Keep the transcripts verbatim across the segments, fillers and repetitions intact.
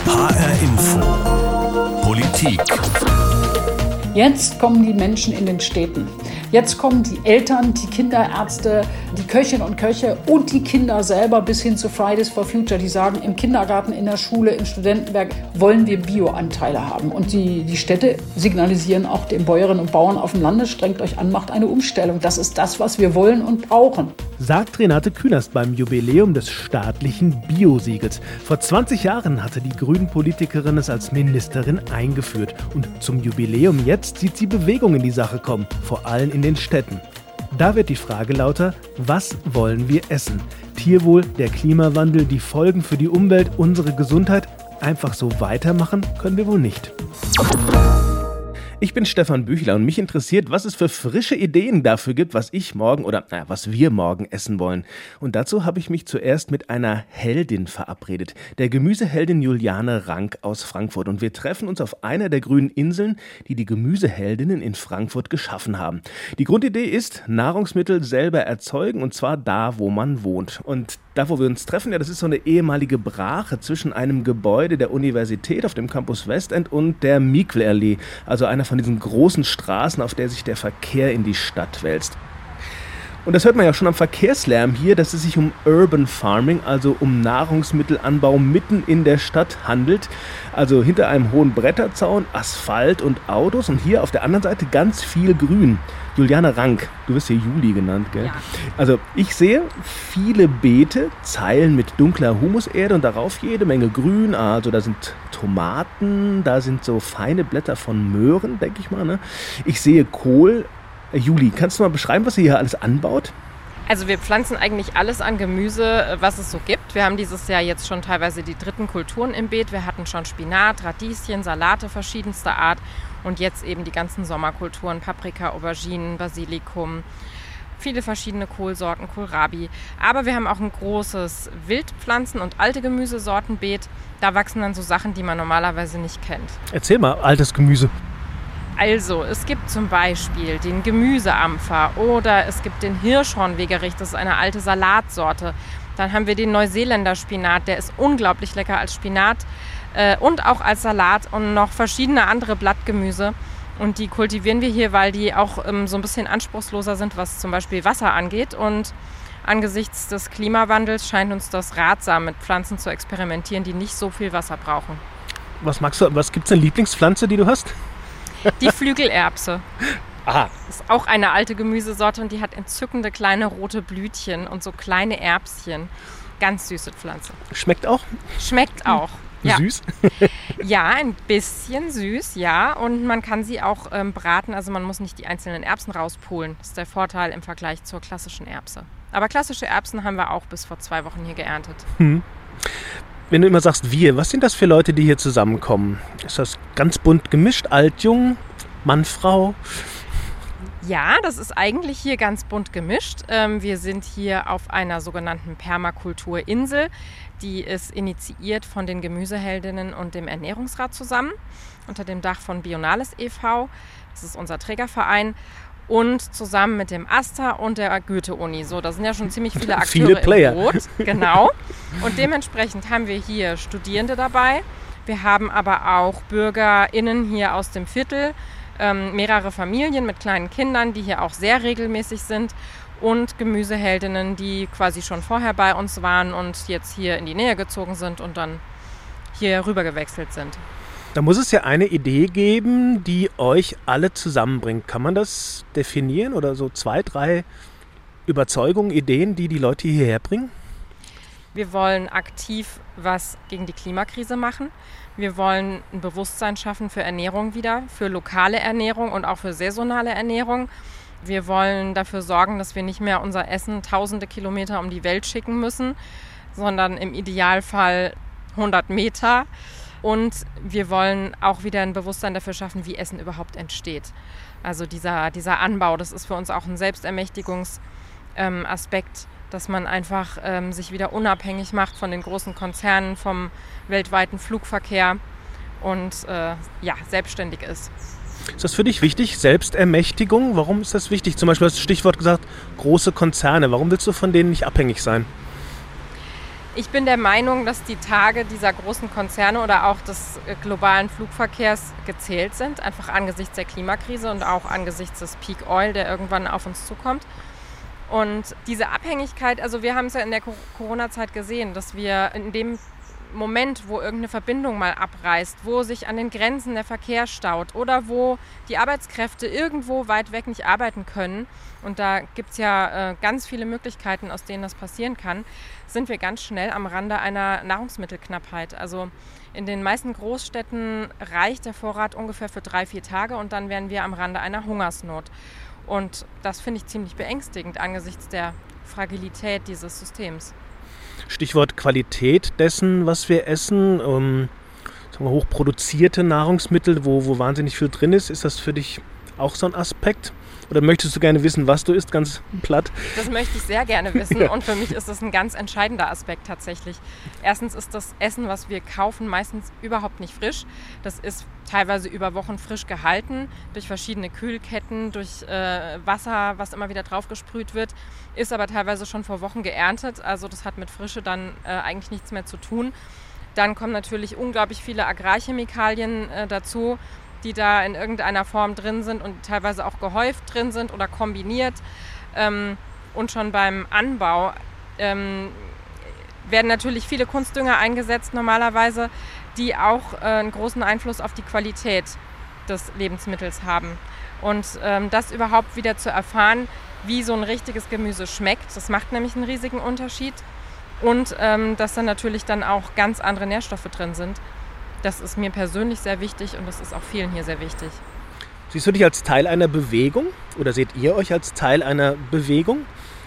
H R Info Politik. Jetzt kommen die Menschen in den Städten. Jetzt kommen die Eltern, die Kinderärzte, die Köchinnen und Köche und die Kinder selber bis hin zu Fridays for Future. Die sagen, im Kindergarten, in der Schule, im Studentenwerk wollen wir Bioanteile haben. Und die, die Städte signalisieren auch den Bäuerinnen und Bauern auf dem Lande, strengt euch an, macht eine Umstellung. Das ist das, was wir wollen und brauchen. Sagt Renate Künast beim Jubiläum des staatlichen Biosiegels. Vor zwanzig Jahren hatte die Grünen-Politikerin es als Ministerin eingeführt. Und zum Jubiläum jetzt sieht sie Bewegung in die Sache kommen, vor allem in den Städten. Da wird die Frage lauter, was wollen wir essen? Tierwohl, der Klimawandel, die Folgen für die Umwelt, unsere Gesundheit? Einfach so weitermachen können wir wohl nicht. Ich bin Stefan Büchler und mich interessiert, was es für frische Ideen dafür gibt, was ich morgen oder naja, was wir morgen essen wollen. Und dazu habe ich mich zuerst mit einer Heldin verabredet, der Gemüseheldin Juliane Rank aus Frankfurt. Und wir treffen uns auf einer der grünen Inseln, die die Gemüseheldinnen in Frankfurt geschaffen haben. Die Grundidee ist, Nahrungsmittel selber erzeugen und zwar da, wo man wohnt. Und da, wo wir uns treffen, ja, das ist so eine ehemalige Brache zwischen einem Gebäude der Universität auf dem Campus Westend und der Miquelallee, also einer von diesen großen Straßen, auf der sich der Verkehr in die Stadt wälzt. Und das hört man ja schon am Verkehrslärm hier, dass es sich um Urban Farming, also um Nahrungsmittelanbau mitten in der Stadt handelt. Also hinter einem hohen Bretterzaun, Asphalt und Autos und hier auf der anderen Seite ganz viel Grün. Juliane Rank, du wirst hier Juli genannt, gell? Ja. Also ich sehe viele Beete, Zeilen mit dunkler Humuserde und darauf jede Menge Grün. Also da sind Tomaten, da sind so feine Blätter von Möhren, denke ich mal. Ne? Ich sehe Kohl. Juli, kannst du mal beschreiben, was ihr hier alles anbaut? Also wir pflanzen eigentlich alles an Gemüse, was es so gibt. Wir haben dieses Jahr jetzt schon teilweise die dritten Kulturen im Beet. Wir hatten schon Spinat, Radieschen, Salate verschiedenster Art und jetzt eben die ganzen Sommerkulturen, Paprika, Auberginen, Basilikum, viele verschiedene Kohlsorten, Kohlrabi. Aber wir haben auch ein großes Wildpflanzen- und alte Gemüsesortenbeet. Da wachsen dann so Sachen, die man normalerweise nicht kennt. Erzähl mal, altes Gemüse. Also, es gibt zum Beispiel den Gemüseampfer oder es gibt den Hirschhornwegerich, das ist eine alte Salatsorte. Dann haben wir den Neuseeländer Spinat, der ist unglaublich lecker als Spinat äh, und auch als Salat und noch verschiedene andere Blattgemüse. Und die kultivieren wir hier, weil die auch ähm, so ein bisschen anspruchsloser sind, was zum Beispiel Wasser angeht. Und angesichts des Klimawandels scheint uns das ratsam, mit Pflanzen zu experimentieren, die nicht so viel Wasser brauchen. Was magst du, was gibt's denn Lieblingspflanze, die du hast? Die Flügelerbse. Aha. Das ist auch eine alte Gemüsesorte und die hat entzückende kleine rote Blütchen und so kleine Erbschen. Ganz süße Pflanze. Schmeckt auch? Schmeckt auch. Ja. Süß? Ja, ein bisschen süß, ja. Und man kann sie auch ähm, braten, also man muss nicht die einzelnen Erbsen rauspulen. Das ist der Vorteil im Vergleich zur klassischen Erbse. Aber klassische Erbsen haben wir auch bis vor zwei Wochen hier geerntet. Hm. Wenn du immer sagst wir, was sind das für Leute, die hier zusammenkommen? Ist das ganz bunt gemischt, alt, jung, Mann, Frau? Ja, das ist eigentlich hier ganz bunt gemischt. Wir sind hier auf einer sogenannten Permakulturinsel. Die ist initiiert von den Gemüseheldinnen und dem Ernährungsrat zusammen unter dem Dach von Bionales e V Das ist unser Trägerverein. Und zusammen mit dem AStA und der Goethe-Uni. So, da sind ja schon ziemlich viele Akteure viele Player. im Boot. Genau. Und dementsprechend haben wir hier Studierende dabei. Wir haben aber auch BürgerInnen hier aus dem Viertel, ähm, mehrere Familien mit kleinen Kindern, die hier auch sehr regelmäßig sind. Und Gemüseheldinnen, die quasi schon vorher bei uns waren und jetzt hier in die Nähe gezogen sind und dann hier rüber gewechselt sind. Da muss es ja eine Idee geben, die euch alle zusammenbringt. Kann man das definieren oder so zwei, drei Überzeugungen, Ideen, die die Leute hierher bringen? Wir wollen aktiv was gegen die Klimakrise machen. Wir wollen ein Bewusstsein schaffen für Ernährung wieder, für lokale Ernährung und auch für saisonale Ernährung. Wir wollen dafür sorgen, dass wir nicht mehr unser Essen tausende Kilometer um die Welt schicken müssen, sondern im Idealfall hundert Meter. Und wir wollen auch wieder ein Bewusstsein dafür schaffen, wie Essen überhaupt entsteht. Also dieser, dieser Anbau, das ist für uns auch ein Selbstermächtigungsaspekt, ähm, dass man einfach ähm, sich wieder unabhängig macht von den großen Konzernen, vom weltweiten Flugverkehr und äh, ja, selbstständig ist. Ist das für dich wichtig, Selbstermächtigung? Warum ist das wichtig? Zum Beispiel hast du das Stichwort gesagt, große Konzerne. Warum willst du von denen nicht abhängig sein? Ich bin der Meinung, dass die Tage dieser großen Konzerne oder auch des globalen Flugverkehrs gezählt sind, einfach angesichts der Klimakrise und auch angesichts des Peak Oil, der irgendwann auf uns zukommt. Und diese Abhängigkeit, also wir haben es ja in der Corona-Zeit gesehen, dass wir in dem Moment, wo irgendeine Verbindung mal abreißt, wo sich an den Grenzen der Verkehr staut oder wo die Arbeitskräfte irgendwo weit weg nicht arbeiten können, und da gibt es ja äh, ganz viele Möglichkeiten, aus denen das passieren kann, sind wir ganz schnell am Rande einer Nahrungsmittelknappheit. Also in den meisten Großstädten reicht der Vorrat ungefähr für drei, vier Tage und dann wären wir am Rande einer Hungersnot. Und das finde ich ziemlich beängstigend angesichts der Fragilität dieses Systems. Stichwort Qualität dessen, was wir essen, ähm, sagen wir, hochproduzierte Nahrungsmittel, wo, wo wahnsinnig viel drin ist. Ist das für dich auch so ein Aspekt? Oder möchtest du gerne wissen, was du isst, ganz platt? Das möchte ich sehr gerne wissen und für mich ist das ein ganz entscheidender Aspekt tatsächlich. Erstens ist das Essen, was wir kaufen, meistens überhaupt nicht frisch. Das ist teilweise über Wochen frisch gehalten, durch verschiedene Kühlketten, durch äh, Wasser, was immer wieder draufgesprüht wird, ist aber teilweise schon vor Wochen geerntet. Also das hat mit Frische dann äh, eigentlich nichts mehr zu tun. Dann kommen natürlich unglaublich viele Agrarchemikalien äh, dazu, die da in irgendeiner Form drin sind und teilweise auch gehäuft drin sind oder kombiniert. Ähm, und schon beim Anbau ähm, werden natürlich viele Kunstdünger eingesetzt normalerweise, die auch äh, einen großen Einfluss auf die Qualität des Lebensmittels haben. Und ähm, das überhaupt wieder zu erfahren, wie so ein richtiges Gemüse schmeckt, das macht nämlich einen riesigen Unterschied. Und ähm, dass dann natürlich dann auch ganz andere Nährstoffe drin sind. Das ist mir persönlich sehr wichtig und das ist auch vielen hier sehr wichtig. Siehst du dich als Teil einer Bewegung oder seht ihr euch als Teil einer Bewegung?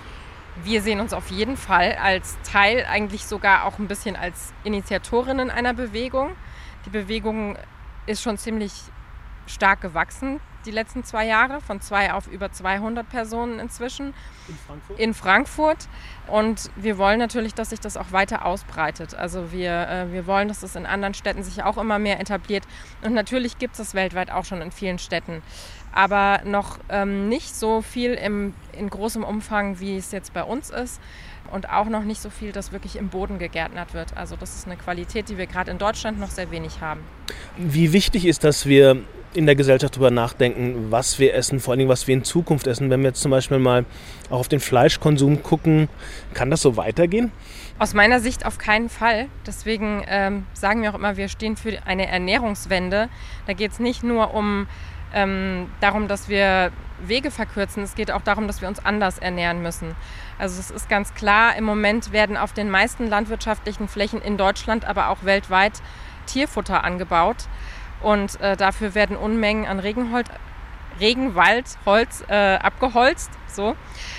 Wir sehen uns auf jeden Fall als Teil, eigentlich sogar auch ein bisschen als Initiatorinnen einer Bewegung. Die Bewegung ist schon ziemlich stark gewachsen die letzten zwei Jahre, von zwei auf über zweihundert Personen inzwischen. In Frankfurt? In Frankfurt. Und wir wollen natürlich, dass sich das auch weiter ausbreitet. Also wir, äh, wir wollen, dass es in anderen Städten sich auch immer mehr etabliert. Und natürlich gibt es das weltweit auch schon in vielen Städten. Aber noch ähm, nicht so viel im, in großem Umfang, wie es jetzt bei uns ist. Und auch noch nicht so viel, dass wirklich im Boden gegärtnert wird. Also das ist eine Qualität, die wir gerade in Deutschland noch sehr wenig haben. Wie wichtig ist, dass wir in der Gesellschaft darüber nachdenken, was wir essen, vor allem was wir in Zukunft essen. Wenn wir jetzt zum Beispiel mal auch auf den Fleischkonsum gucken, kann das so weitergehen? Aus meiner Sicht auf keinen Fall. Deswegen ähm, sagen wir auch immer, wir stehen für eine Ernährungswende. Da geht es nicht nur um ähm, darum, dass wir Wege verkürzen, es geht auch darum, dass wir uns anders ernähren müssen. Also es ist ganz klar, im Moment werden auf den meisten landwirtschaftlichen Flächen in Deutschland, aber auch weltweit Tierfutter angebaut. Und äh, dafür werden Unmengen an Regenholz, Regenwaldholz äh, abgeholzt. So.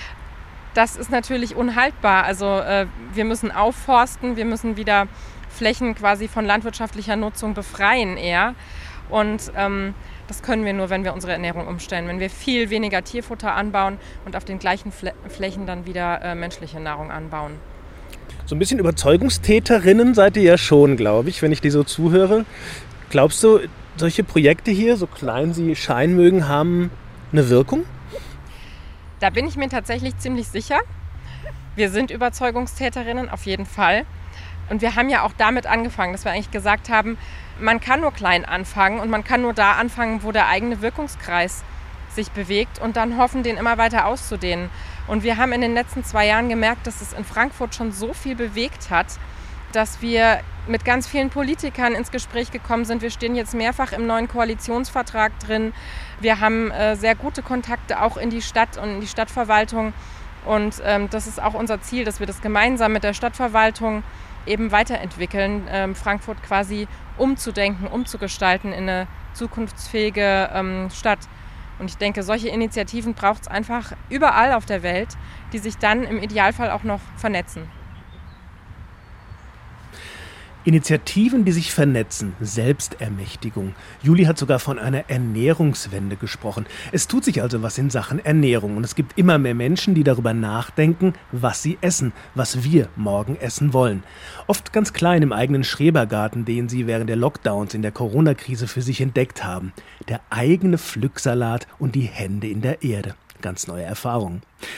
Das ist natürlich unhaltbar. Also äh, wir müssen aufforsten, wir müssen wieder Flächen quasi von landwirtschaftlicher Nutzung befreien eher. Und ähm, das können wir nur, wenn wir unsere Ernährung umstellen, wenn wir viel weniger Tierfutter anbauen und auf den gleichen Fl- Flächen dann wieder äh, menschliche Nahrung anbauen. So ein bisschen Überzeugungstäterinnen seid ihr ja schon, glaube ich, wenn ich dir so zuhöre. Glaubst du, solche Projekte hier, so klein sie scheinen mögen, haben eine Wirkung? Da bin ich mir tatsächlich ziemlich sicher. Wir sind Überzeugungstäterinnen, auf jeden Fall. Und wir haben ja auch damit angefangen, dass wir eigentlich gesagt haben, man kann nur klein anfangen und man kann nur da anfangen, wo der eigene Wirkungskreis sich bewegt und dann hoffen, den immer weiter auszudehnen. Und wir haben in den letzten zwei Jahren gemerkt, dass es in Frankfurt schon so viel bewegt hat, dass wir mit ganz vielen Politikern ins Gespräch gekommen sind. Wir stehen jetzt mehrfach im neuen Koalitionsvertrag drin. Wir haben äh, sehr gute Kontakte auch in die Stadt und in die Stadtverwaltung. Und ähm, das ist auch unser Ziel, dass wir das gemeinsam mit der Stadtverwaltung eben weiterentwickeln, ähm, Frankfurt quasi umzudenken, umzugestalten in eine zukunftsfähige ähm, Stadt. Und ich denke, solche Initiativen braucht es einfach überall auf der Welt, die sich dann im Idealfall auch noch vernetzen. Initiativen, die sich vernetzen, Selbstermächtigung. Juli hat sogar von einer Ernährungswende gesprochen. Es tut sich also was in Sachen Ernährung und es gibt immer mehr Menschen, die darüber nachdenken, was sie essen, was wir morgen essen wollen. Oft ganz klein im eigenen Schrebergarten, den sie während der Lockdowns in der Corona-Krise für sich entdeckt haben. Der eigene Pflücksalat und die Hände in der Erde. Ganz neue Erfahrungen.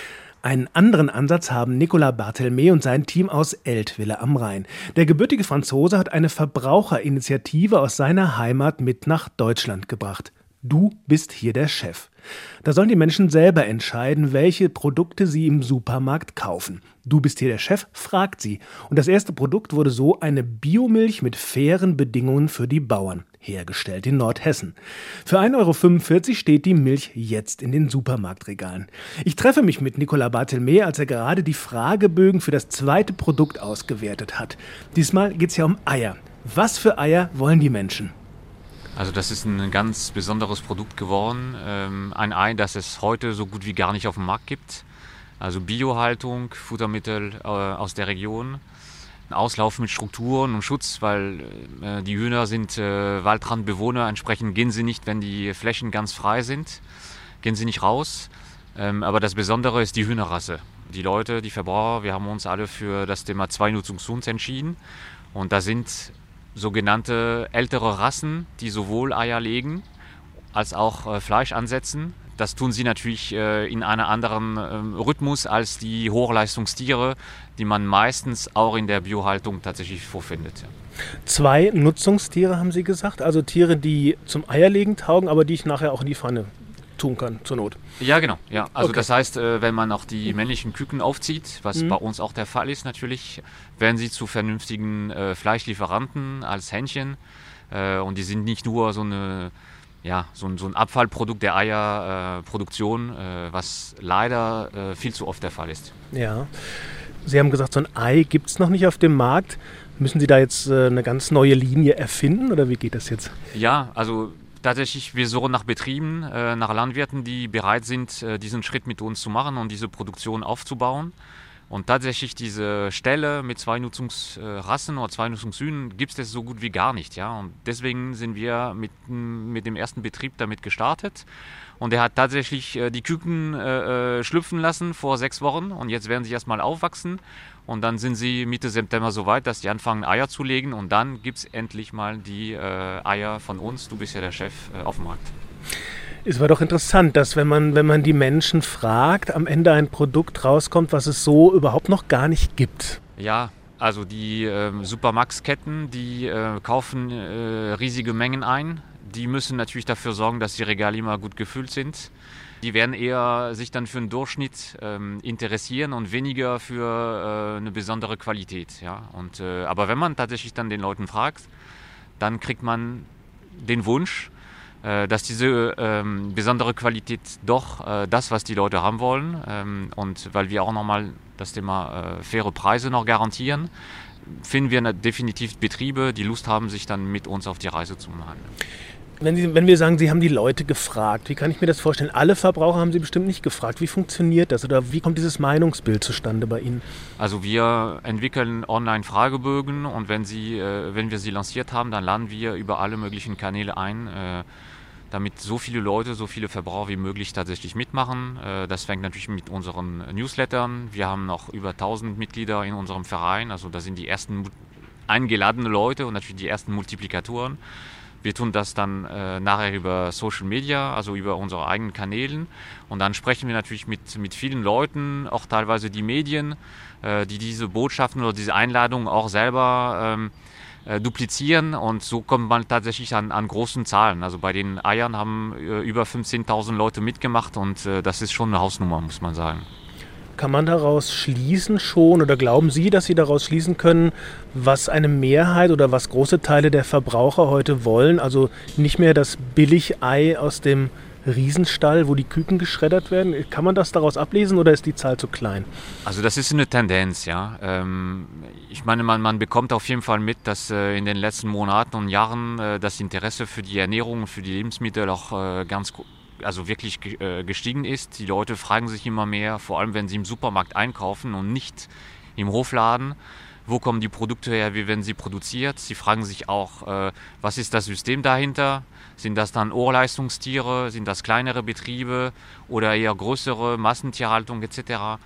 Einen anderen Ansatz haben Nicolas Barthelme und sein Team aus Eltville am Rhein. Der gebürtige Franzose hat eine Verbraucherinitiative aus seiner Heimat mit nach Deutschland gebracht. Du bist hier der Chef. Da sollen die Menschen selber entscheiden, welche Produkte sie im Supermarkt kaufen. Du bist hier der Chef, fragt sie. Und das erste Produkt wurde so eine Biomilch mit fairen Bedingungen für die Bauern, hergestellt in Nordhessen. Für ein Euro fünfundvierzig steht die Milch jetzt in den Supermarktregalen. Ich treffe mich mit Nicolas Barthelme, als er gerade die Fragebögen für das zweite Produkt ausgewertet hat. Diesmal geht es ja um Eier. Was für Eier wollen die Menschen? Also das ist ein ganz besonderes Produkt geworden. Ähm, ein Ei, das es heute so gut wie gar nicht auf dem Markt gibt. Also Biohaltung, Futtermittel äh, aus der Region. Ein Auslauf mit Strukturen und Schutz, weil äh, die Hühner sind äh, Waldrandbewohner. Entsprechend gehen sie nicht, wenn die Flächen ganz frei sind. Gehen sie nicht raus. Ähm, aber das Besondere ist die Hühnerrasse. Die Leute, die Verbraucher, wir haben uns alle für das Thema Zweinutzungshuhn entschieden. Und da sind sogenannte ältere Rassen, die sowohl Eier legen als auch äh, Fleisch ansetzen. Das tun sie natürlich äh, in einem anderen äh, Rhythmus als die Hochleistungstiere, die man meistens auch in der Biohaltung tatsächlich vorfindet. Ja. Zwei Nutzungstiere haben Sie gesagt, also Tiere, die zum Eierlegen taugen, aber die ich nachher auch in die Pfanne tun kann, zur Not. Ja, genau. Ja. Also Okay. das heißt, äh, wenn man auch die männlichen Küken aufzieht, was Mhm. bei uns auch der Fall ist natürlich, werden sie zu vernünftigen äh, Fleischlieferanten als Hähnchen. Äh, und die sind nicht nur so, eine, ja, so, ein, so ein Abfallprodukt der Eierproduktion, äh, was leider äh, viel zu oft der Fall ist. Ja. Sie haben gesagt, so ein Ei gibt es noch nicht auf dem Markt. Müssen Sie da jetzt äh, eine ganz neue Linie erfinden oder wie geht das jetzt? Ja, also tatsächlich, wir suchen nach Betrieben, äh, nach Landwirten, die bereit sind, äh, diesen Schritt mit uns zu machen und diese Produktion aufzubauen. Und tatsächlich diese Stelle mit zwei Nutzungsrassen oder zwei Nutzungshühnern gibt es so gut wie gar nicht. Ja? Und deswegen sind wir mit, mit dem ersten Betrieb damit gestartet. Und er hat tatsächlich äh, die Küken äh, schlüpfen lassen vor sechs Wochen. Und jetzt werden sie erstmal aufwachsen. Und dann sind sie Mitte September so weit, dass die anfangen Eier zu legen. Und dann gibt es endlich mal die äh, Eier von uns. Du bist ja der Chef äh, auf dem Markt. Es war doch interessant, dass wenn man, wenn man die Menschen fragt, am Ende ein Produkt rauskommt, was es so überhaupt noch gar nicht gibt. Ja, also die äh, Supermarktketten, die äh, kaufen äh, riesige Mengen ein. Die müssen natürlich dafür sorgen, dass die Regale immer gut gefüllt sind. Die werden eher sich dann für einen Durchschnitt ähm, interessieren und weniger für äh, eine besondere Qualität. Ja? Und, äh, aber wenn man tatsächlich dann den Leuten fragt, dann kriegt man den Wunsch, äh, dass diese ähm, besondere Qualität doch äh, das, was die Leute haben wollen, ähm, und weil wir auch nochmal das Thema äh, faire Preise noch garantieren, finden wir definitiv Betriebe, die Lust haben, sich dann mit uns auf die Reise zu machen. Wenn, Sie, wenn wir sagen, Sie haben die Leute gefragt, wie kann ich mir das vorstellen? Alle Verbraucher haben Sie bestimmt nicht gefragt. Wie funktioniert das oder wie kommt dieses Meinungsbild zustande bei Ihnen? Also wir entwickeln Online-Fragebögen und wenn, sie, äh, wenn wir sie lanciert haben, dann laden wir über alle möglichen Kanäle ein, äh, damit so viele Leute, so viele Verbraucher wie möglich tatsächlich mitmachen. Äh, das fängt natürlich mit unseren Newslettern. Wir haben noch über tausend Mitglieder in unserem Verein, also da sind die ersten eingeladenen Leute und natürlich die ersten Multiplikatoren. Wir tun das dann äh, nachher über Social Media, also über unsere eigenen Kanälen. Und dann sprechen wir natürlich mit, mit vielen Leuten, auch teilweise die Medien, äh, die diese Botschaften oder diese Einladungen auch selber ähm, äh, duplizieren. Und so kommt man tatsächlich an, an großen Zahlen. Also bei den Eiern haben äh, über fünfzehntausend Leute mitgemacht und äh, das ist schon eine Hausnummer, muss man sagen. Kann man daraus schließen schon oder glauben Sie, dass Sie daraus schließen können, was eine Mehrheit oder was große Teile der Verbraucher heute wollen? Also nicht mehr das Billigei aus dem Riesenstall, wo die Küken geschreddert werden. Kann man das daraus ablesen oder ist die Zahl zu klein? Also das ist eine Tendenz, ja. Ähm, ich meine, man, man bekommt auf jeden Fall mit, dass äh, in den letzten Monaten und Jahren äh, das Interesse für die Ernährung und für die Lebensmittel auch äh, ganz also wirklich äh, gestiegen ist. Die Leute fragen sich immer mehr, vor allem wenn sie im Supermarkt einkaufen und nicht im Hofladen, wo kommen die Produkte her, wie werden sie produziert. Sie fragen sich auch, äh, was ist das System dahinter? Sind das dann Ohrleistungstiere, sind das kleinere Betriebe oder eher größere Massentierhaltung et cetera.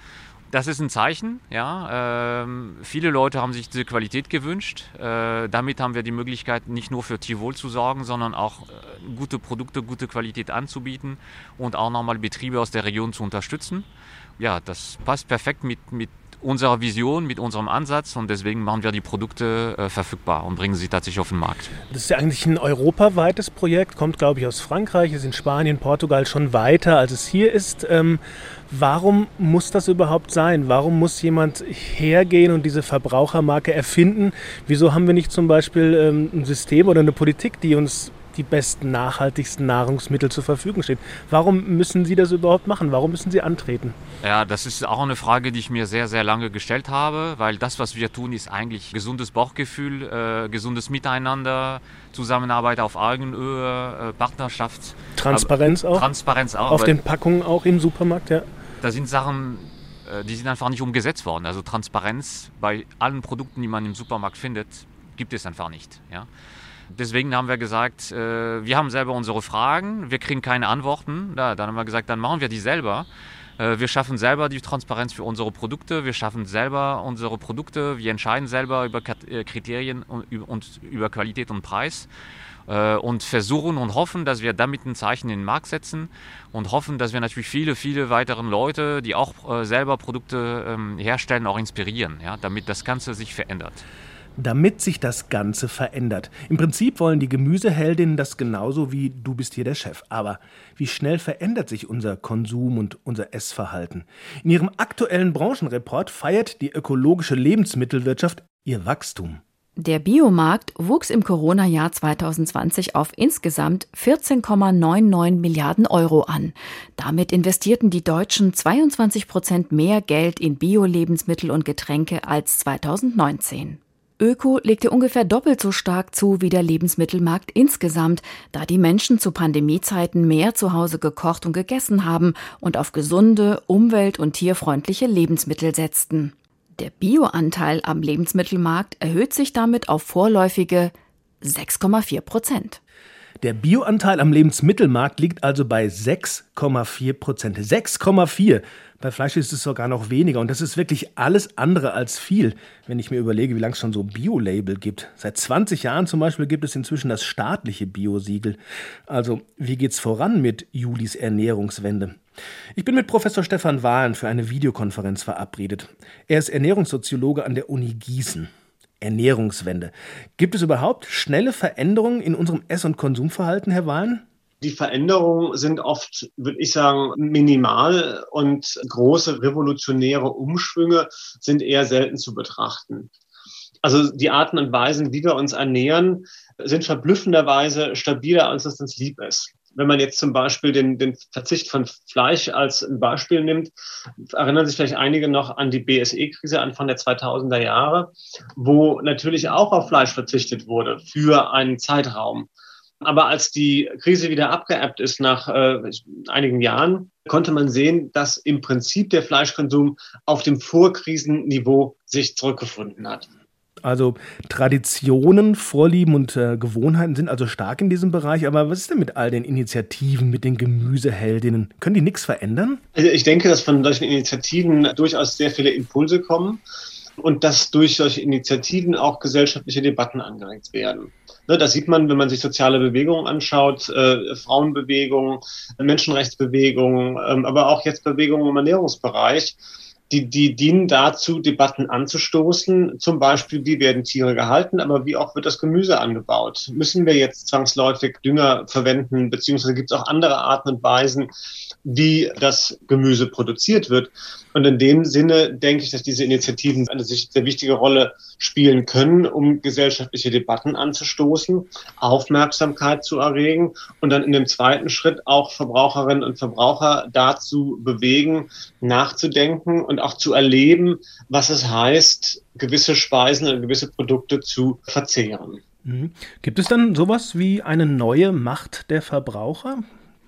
Das ist ein Zeichen, ja. Ähm, viele Leute haben sich diese Qualität gewünscht. Äh, damit haben wir die Möglichkeit, nicht nur für Tierwohl zu sorgen, sondern auch äh, gute Produkte, gute Qualität anzubieten und auch nochmal Betriebe aus der Region zu unterstützen. Ja, das passt perfekt mit, mit unserer Vision, mit unserem Ansatz und deswegen machen wir die Produkte äh, verfügbar und bringen sie tatsächlich auf den Markt. Das ist ja eigentlich ein europaweites Projekt, kommt glaube ich aus Frankreich, ist in Spanien, Portugal schon weiter, als es hier ist. Ähm, warum muss das überhaupt sein? Warum muss jemand hergehen und diese Verbrauchermarke erfinden? Wieso haben wir nicht zum Beispiel ähm, ein System oder eine Politik, die uns die besten, nachhaltigsten Nahrungsmittel zur Verfügung steht? Warum müssen Sie das überhaupt machen? Warum müssen Sie antreten? Ja, das ist auch eine Frage, die ich mir sehr, sehr lange gestellt habe, weil das, was wir tun, ist eigentlich gesundes Bauchgefühl, äh, gesundes Miteinander, Zusammenarbeit auf Augenhöhe, äh, Partnerschaft. Transparenz aber, auch? Transparenz auch. Auf den Packungen auch im Supermarkt, ja. Da sind Sachen, äh, die sind einfach nicht umgesetzt worden. Also Transparenz bei allen Produkten, die man im Supermarkt findet, gibt es einfach nicht, ja. Deswegen haben wir gesagt, äh, wir haben selber unsere Fragen, wir kriegen keine Antworten. Ja, dann haben wir gesagt, dann machen wir die selber. Äh, wir schaffen selber die Transparenz für unsere Produkte, wir schaffen selber unsere Produkte, wir entscheiden selber über Kriterien und, und über Qualität und Preis äh, und versuchen und hoffen, dass wir damit ein Zeichen in den Markt setzen und hoffen, dass wir natürlich viele, viele weitere Leute, die auch äh, selber Produkte ähm, herstellen, auch inspirieren, ja, damit das Ganze sich verändert. Damit sich das Ganze verändert. Im Prinzip wollen die Gemüseheldinnen das genauso wie du bist hier der Chef. Aber wie schnell verändert sich unser Konsum und unser Essverhalten? In ihrem aktuellen Branchenreport feiert die ökologische Lebensmittelwirtschaft ihr Wachstum. Der Biomarkt wuchs im Corona-Jahr zwanzig zwanzig auf insgesamt vierzehn Komma neunundneunzig Milliarden Euro an. Damit investierten die Deutschen zweiundzwanzig Prozent mehr Geld in Bio-Lebensmittel und Getränke als zweitausendneunzehn. Öko legte ungefähr doppelt so stark zu wie der Lebensmittelmarkt insgesamt, da die Menschen zu Pandemiezeiten mehr zu Hause gekocht und gegessen haben und auf gesunde, umwelt- und tierfreundliche Lebensmittel setzten. Der Bioanteil am Lebensmittelmarkt erhöht sich damit auf vorläufige sechs Komma vier Prozent. Der Bioanteil am Lebensmittelmarkt liegt also bei sechs Komma vier Prozent. sechs Komma vier. Bei Fleisch ist es sogar noch weniger. Und das ist wirklich alles andere als viel, wenn ich mir überlege, wie lange es schon so Bio-Label gibt. Seit zwanzig Jahren zum Beispiel gibt es inzwischen das staatliche Bio-Siegel. Also, wie geht's voran mit Julis Ernährungswende? Ich bin mit Professor Stefan Wahlen für eine Videokonferenz verabredet. Er ist Ernährungssoziologe an der Uni Gießen. Ernährungswende. Gibt es überhaupt schnelle Veränderungen in unserem Ess- und Konsumverhalten, Herr Wahlen? Die Veränderungen sind oft, würde ich sagen, minimal und große revolutionäre Umschwünge sind eher selten zu betrachten. Also die Arten und Weisen, wie wir uns ernähren, sind verblüffenderweise stabiler, als es uns lieb ist. Wenn man jetzt zum Beispiel den, den Verzicht von Fleisch als ein Beispiel nimmt, erinnern sich vielleicht einige noch an die B S E-Krise Anfang der zweitausender Jahre, wo natürlich auch auf Fleisch verzichtet wurde für einen Zeitraum. Aber als die Krise wieder abgeebbt ist nach äh, einigen Jahren, konnte man sehen, dass im Prinzip der Fleischkonsum auf dem Vorkrisenniveau sich zurückgefunden hat. Also Traditionen, Vorlieben und äh, Gewohnheiten sind also stark in diesem Bereich. Aber was ist denn mit all den Initiativen, mit den Gemüseheldinnen? Können die nichts verändern? Also ich denke, dass von solchen Initiativen durchaus sehr viele Impulse kommen und dass durch solche Initiativen auch gesellschaftliche Debatten angeregt werden. Ne, das sieht man, wenn man sich soziale Bewegungen anschaut, äh, Frauenbewegungen, Menschenrechtsbewegungen, ähm, aber auch jetzt Bewegungen im Ernährungsbereich. Die, die dienen dazu, Debatten anzustoßen, zum Beispiel, wie werden Tiere gehalten, aber wie auch wird das Gemüse angebaut? Müssen wir jetzt zwangsläufig Dünger verwenden, beziehungsweise gibt es auch andere Arten und Weisen, wie das Gemüse produziert wird? Und in dem Sinne denke ich, dass diese Initiativen eine sehr wichtige Rolle spielen können, um gesellschaftliche Debatten anzustoßen, Aufmerksamkeit zu erregen und dann in dem zweiten Schritt auch Verbraucherinnen und Verbraucher dazu bewegen, nachzudenken und auch zu erleben, was es heißt, gewisse Speisen und gewisse Produkte zu verzehren. Mhm. Gibt es dann sowas wie eine neue Macht der Verbraucher?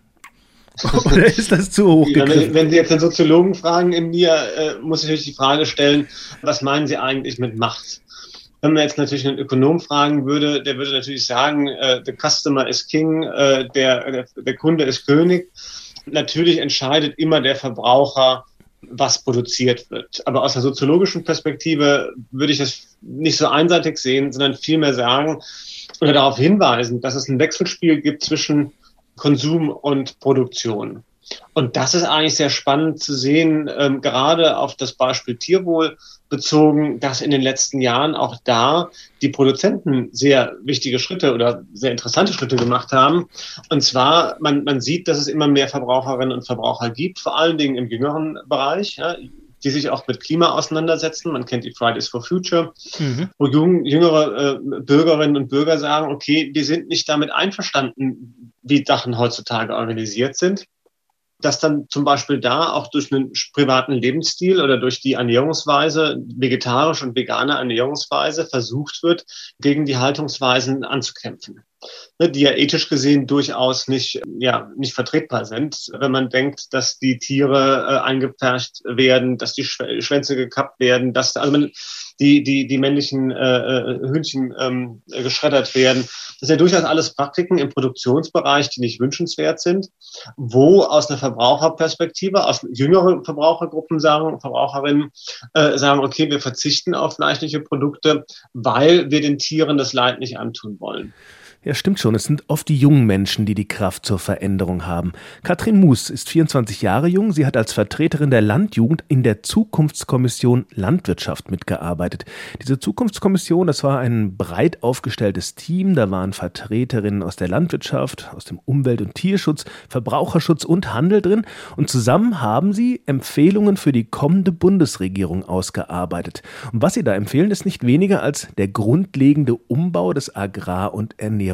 Oder ist das zu hoch gegriffen? Wenn Sie jetzt den Soziologen fragen in mir, äh, muss ich natürlich die Frage stellen, was meinen Sie eigentlich mit Macht? Wenn man jetzt natürlich einen Ökonom fragen würde, der würde natürlich sagen, äh, the customer is king, äh, der, der, der Kunde ist König. Natürlich entscheidet immer der Verbraucher was produziert wird. Aber aus einer soziologischen Perspektive würde ich das nicht so einseitig sehen, sondern vielmehr sagen oder darauf hinweisen, dass es ein Wechselspiel gibt zwischen Konsum und Produktion. Und das ist eigentlich sehr spannend zu sehen, ähm, gerade auf das Beispiel Tierwohl bezogen, dass in den letzten Jahren auch da die Produzenten sehr wichtige Schritte oder sehr interessante Schritte gemacht haben. Und zwar, man, man sieht, dass es immer mehr Verbraucherinnen und Verbraucher gibt, vor allen Dingen im jüngeren Bereich, ja, die sich auch mit Klima auseinandersetzen. Man kennt die Fridays for Future, mhm. wo jung, jüngere äh, Bürgerinnen und Bürger sagen, okay, wir sind nicht damit einverstanden, wie Sachen heutzutage organisiert sind. Dass dann zum Beispiel da auch durch einen privaten Lebensstil oder durch die Ernährungsweise, vegetarische und vegane Ernährungsweise versucht wird, gegen die Haltungsweisen anzukämpfen, die ja ethisch gesehen durchaus nicht, ja, nicht vertretbar sind, wenn man denkt, dass die Tiere äh, eingepfercht werden, dass die Schwänze gekappt werden, dass also man, die, die, die männlichen äh, Hühnchen ähm, geschreddert werden. Das sind ja durchaus alles Praktiken im Produktionsbereich, die nicht wünschenswert sind, wo aus einer Verbraucherperspektive, aus jüngeren Verbrauchergruppen sagen, Verbraucherinnen äh, sagen, okay, wir verzichten auf fleischliche Produkte, weil wir den Tieren das Leid nicht antun wollen. Ja, stimmt schon. Es sind oft die jungen Menschen, die die Kraft zur Veränderung haben. Katrin Mus ist vierundzwanzig Jahre jung. Sie hat als Vertreterin der Landjugend in der Zukunftskommission Landwirtschaft mitgearbeitet. Diese Zukunftskommission, das war ein breit aufgestelltes Team. Da waren Vertreterinnen aus der Landwirtschaft, aus dem Umwelt- und Tierschutz, Verbraucherschutz und Handel drin. Und zusammen haben sie Empfehlungen für die kommende Bundesregierung ausgearbeitet. Und was sie da empfehlen, ist nicht weniger als der grundlegende Umbau des Agrar- und Ernährungssektors.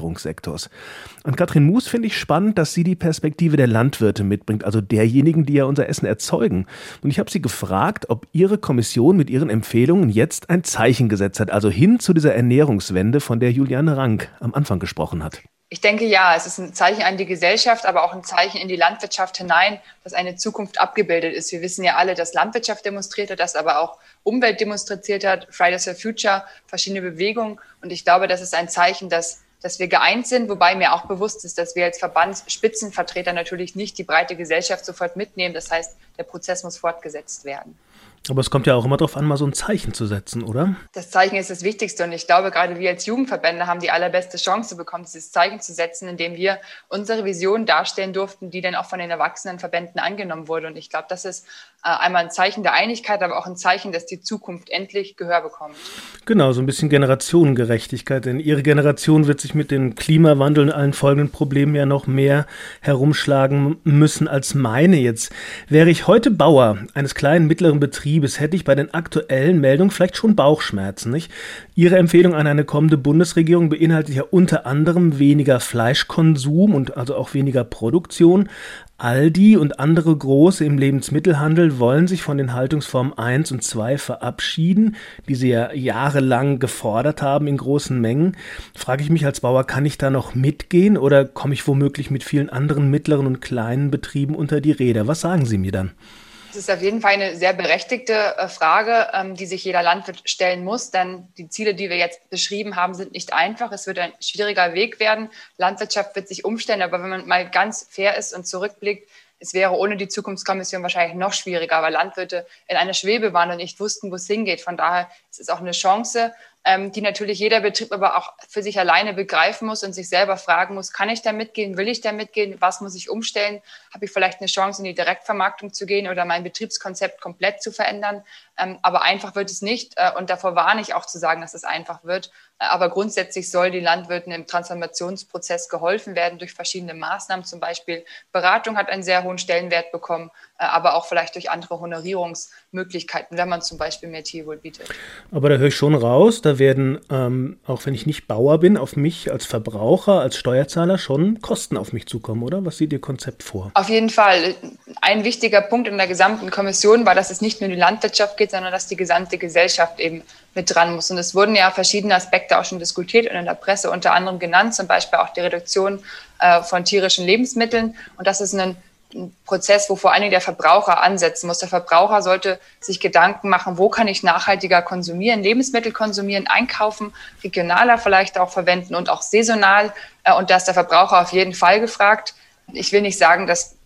An Katrin Mus finde ich spannend, dass sie die Perspektive der Landwirte mitbringt, also derjenigen, die ja unser Essen erzeugen. Und ich habe sie gefragt, ob ihre Kommission mit ihren Empfehlungen jetzt ein Zeichen gesetzt hat, also hin zu dieser Ernährungswende, von der Juliane Rank am Anfang gesprochen hat. Ich denke, ja, es ist ein Zeichen an die Gesellschaft, aber auch ein Zeichen in die Landwirtschaft hinein, dass eine Zukunft abgebildet ist. Wir wissen ja alle, dass Landwirtschaft demonstriert hat, dass aber auch Umwelt demonstriert hat, Fridays for Future, verschiedene Bewegungen. Und ich glaube, das ist ein Zeichen, dass dass wir geeint sind, wobei mir auch bewusst ist, dass wir als Verbandsspitzenvertreter natürlich nicht die breite Gesellschaft sofort mitnehmen. Das heißt, der Prozess muss fortgesetzt werden. Aber es kommt ja auch immer darauf an, mal so ein Zeichen zu setzen, oder? Das Zeichen ist das Wichtigste und ich glaube, gerade wir als Jugendverbände haben die allerbeste Chance bekommen, dieses Zeichen zu setzen, indem wir unsere Vision darstellen durften, die dann auch von den Erwachsenenverbänden angenommen wurde. Und ich glaube, das ist äh, einmal ein Zeichen der Einigkeit, aber auch ein Zeichen, dass die Zukunft endlich Gehör bekommt. Genau, so ein bisschen Generationengerechtigkeit, denn Ihre Generation wird sich mit dem Klimawandel und allen folgenden Problemen ja noch mehr herumschlagen müssen als meine jetzt. Wäre ich heute Bauer eines kleinen, mittleren Betriebs, hätte ich bei den aktuellen Meldungen vielleicht schon Bauchschmerzen, nicht? Ihre Empfehlung an eine kommende Bundesregierung beinhaltet ja unter anderem weniger Fleischkonsum und also auch weniger Produktion. Aldi und andere Große im Lebensmittelhandel wollen sich von den Haltungsformen eins und zwei verabschieden, die sie ja jahrelang gefordert haben in großen Mengen. Frage ich mich als Bauer, kann ich da noch mitgehen oder komme ich womöglich mit vielen anderen mittleren und kleinen Betrieben unter die Räder? Was sagen Sie mir dann? Das ist auf jeden Fall eine sehr berechtigte Frage, die sich jeder Landwirt stellen muss, denn die Ziele, die wir jetzt beschrieben haben, sind nicht einfach. Es wird ein schwieriger Weg werden. Landwirtschaft wird sich umstellen, aber wenn man mal ganz fair ist und zurückblickt, es wäre ohne die Zukunftskommission wahrscheinlich noch schwieriger, weil Landwirte in einer Schwebe waren und nicht wussten, wo es hingeht. Von daher ist es auch eine Chance, die natürlich jeder Betrieb aber auch für sich alleine begreifen muss und sich selber fragen muss, kann ich da mitgehen, will ich da mitgehen, was muss ich umstellen, habe ich vielleicht eine Chance, in die Direktvermarktung zu gehen oder mein Betriebskonzept komplett zu verändern. Aber einfach wird es nicht und davor warne ich auch zu sagen, dass es einfach wird. Aber grundsätzlich soll den Landwirten im Transformationsprozess geholfen werden durch verschiedene Maßnahmen. Zum Beispiel Beratung hat einen sehr hohen Stellenwert bekommen, aber auch vielleicht durch andere Honorierungsmöglichkeiten, wenn man zum Beispiel mehr Tierwohl bietet. Aber da höre ich schon raus, da werden, ähm, auch wenn ich nicht Bauer bin, auf mich als Verbraucher, als Steuerzahler schon Kosten auf mich zukommen, oder? Was sieht Ihr Konzept vor? Auf jeden Fall. Ein wichtiger Punkt in der gesamten Kommission war, dass es nicht nur um die Landwirtschaft geht, sondern dass die gesamte Gesellschaft eben mit dran muss. Und es wurden ja verschiedene Aspekte auch schon diskutiert und in der Presse unter anderem genannt, zum Beispiel auch die Reduktion äh, von tierischen Lebensmitteln. Und das ist ein ein Prozess, wo vor allen Dingen der Verbraucher ansetzen muss. Der Verbraucher sollte sich Gedanken machen, wo kann ich nachhaltiger konsumieren, Lebensmittel konsumieren, einkaufen, regionaler vielleicht auch verwenden und auch saisonal. Und da ist der Verbraucher auf jeden Fall gefragt. Ich will nicht sagen, dass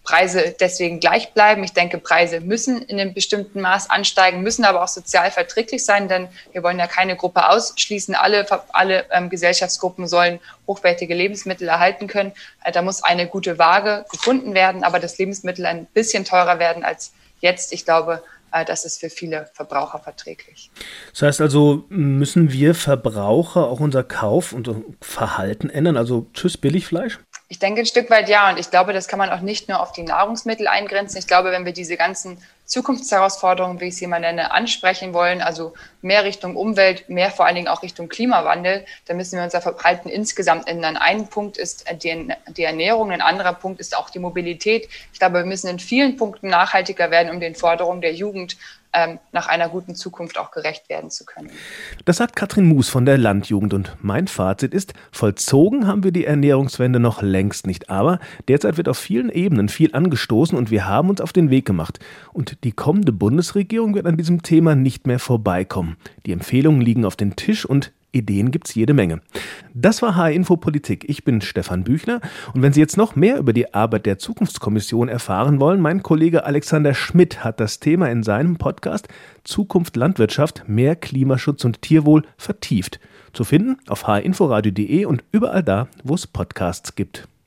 Preise deswegen gleich bleiben. Ich denke, Preise müssen in einem bestimmten Maß ansteigen, müssen aber auch sozial verträglich sein, denn wir wollen ja keine Gruppe ausschließen. Alle, alle ähm, Gesellschaftsgruppen sollen hochwertige Lebensmittel erhalten können. Äh, da muss eine gute Waage gefunden werden, aber das Lebensmittel ein bisschen teurer werden als jetzt. Ich glaube, äh, das ist für viele Verbraucher verträglich. Das heißt also, müssen wir Verbraucher auch unser Kauf- und Verhalten ändern? Also tschüss Billigfleisch? Ich denke ein Stück weit ja, und ich glaube, das kann man auch nicht nur auf die Nahrungsmittel eingrenzen. Ich glaube, wenn wir diese ganzen Zukunftsherausforderungen, wie ich sie mal nenne, ansprechen wollen, also mehr Richtung Umwelt, mehr vor allen Dingen auch Richtung Klimawandel, dann müssen wir unser Verhalten insgesamt ändern. Ein Punkt ist die, die Ernährung, ein anderer Punkt ist auch die Mobilität. Ich glaube, wir müssen in vielen Punkten nachhaltiger werden, um den Forderungen der Jugend ähm, nach einer guten Zukunft auch gerecht werden zu können. Das sagt Katrin Mus von der Landjugend, und mein Fazit ist, vollzogen haben wir die Ernährungswende noch längst nicht, aber derzeit wird auf vielen Ebenen viel angestoßen und wir haben uns auf den Weg gemacht. Und die kommende Bundesregierung wird an diesem Thema nicht mehr vorbeikommen. Die Empfehlungen liegen auf dem Tisch und Ideen gibt's jede Menge. Das war H I-Info Politik. Ich bin Stefan Büchner, und wenn Sie jetzt noch mehr über die Arbeit der Zukunftskommission erfahren wollen, mein Kollege Alexander Schmidt hat das Thema in seinem Podcast Zukunft Landwirtschaft, mehr Klimaschutz und Tierwohl vertieft. Zu finden auf h inforadio punkt de und überall da, wo es Podcasts gibt.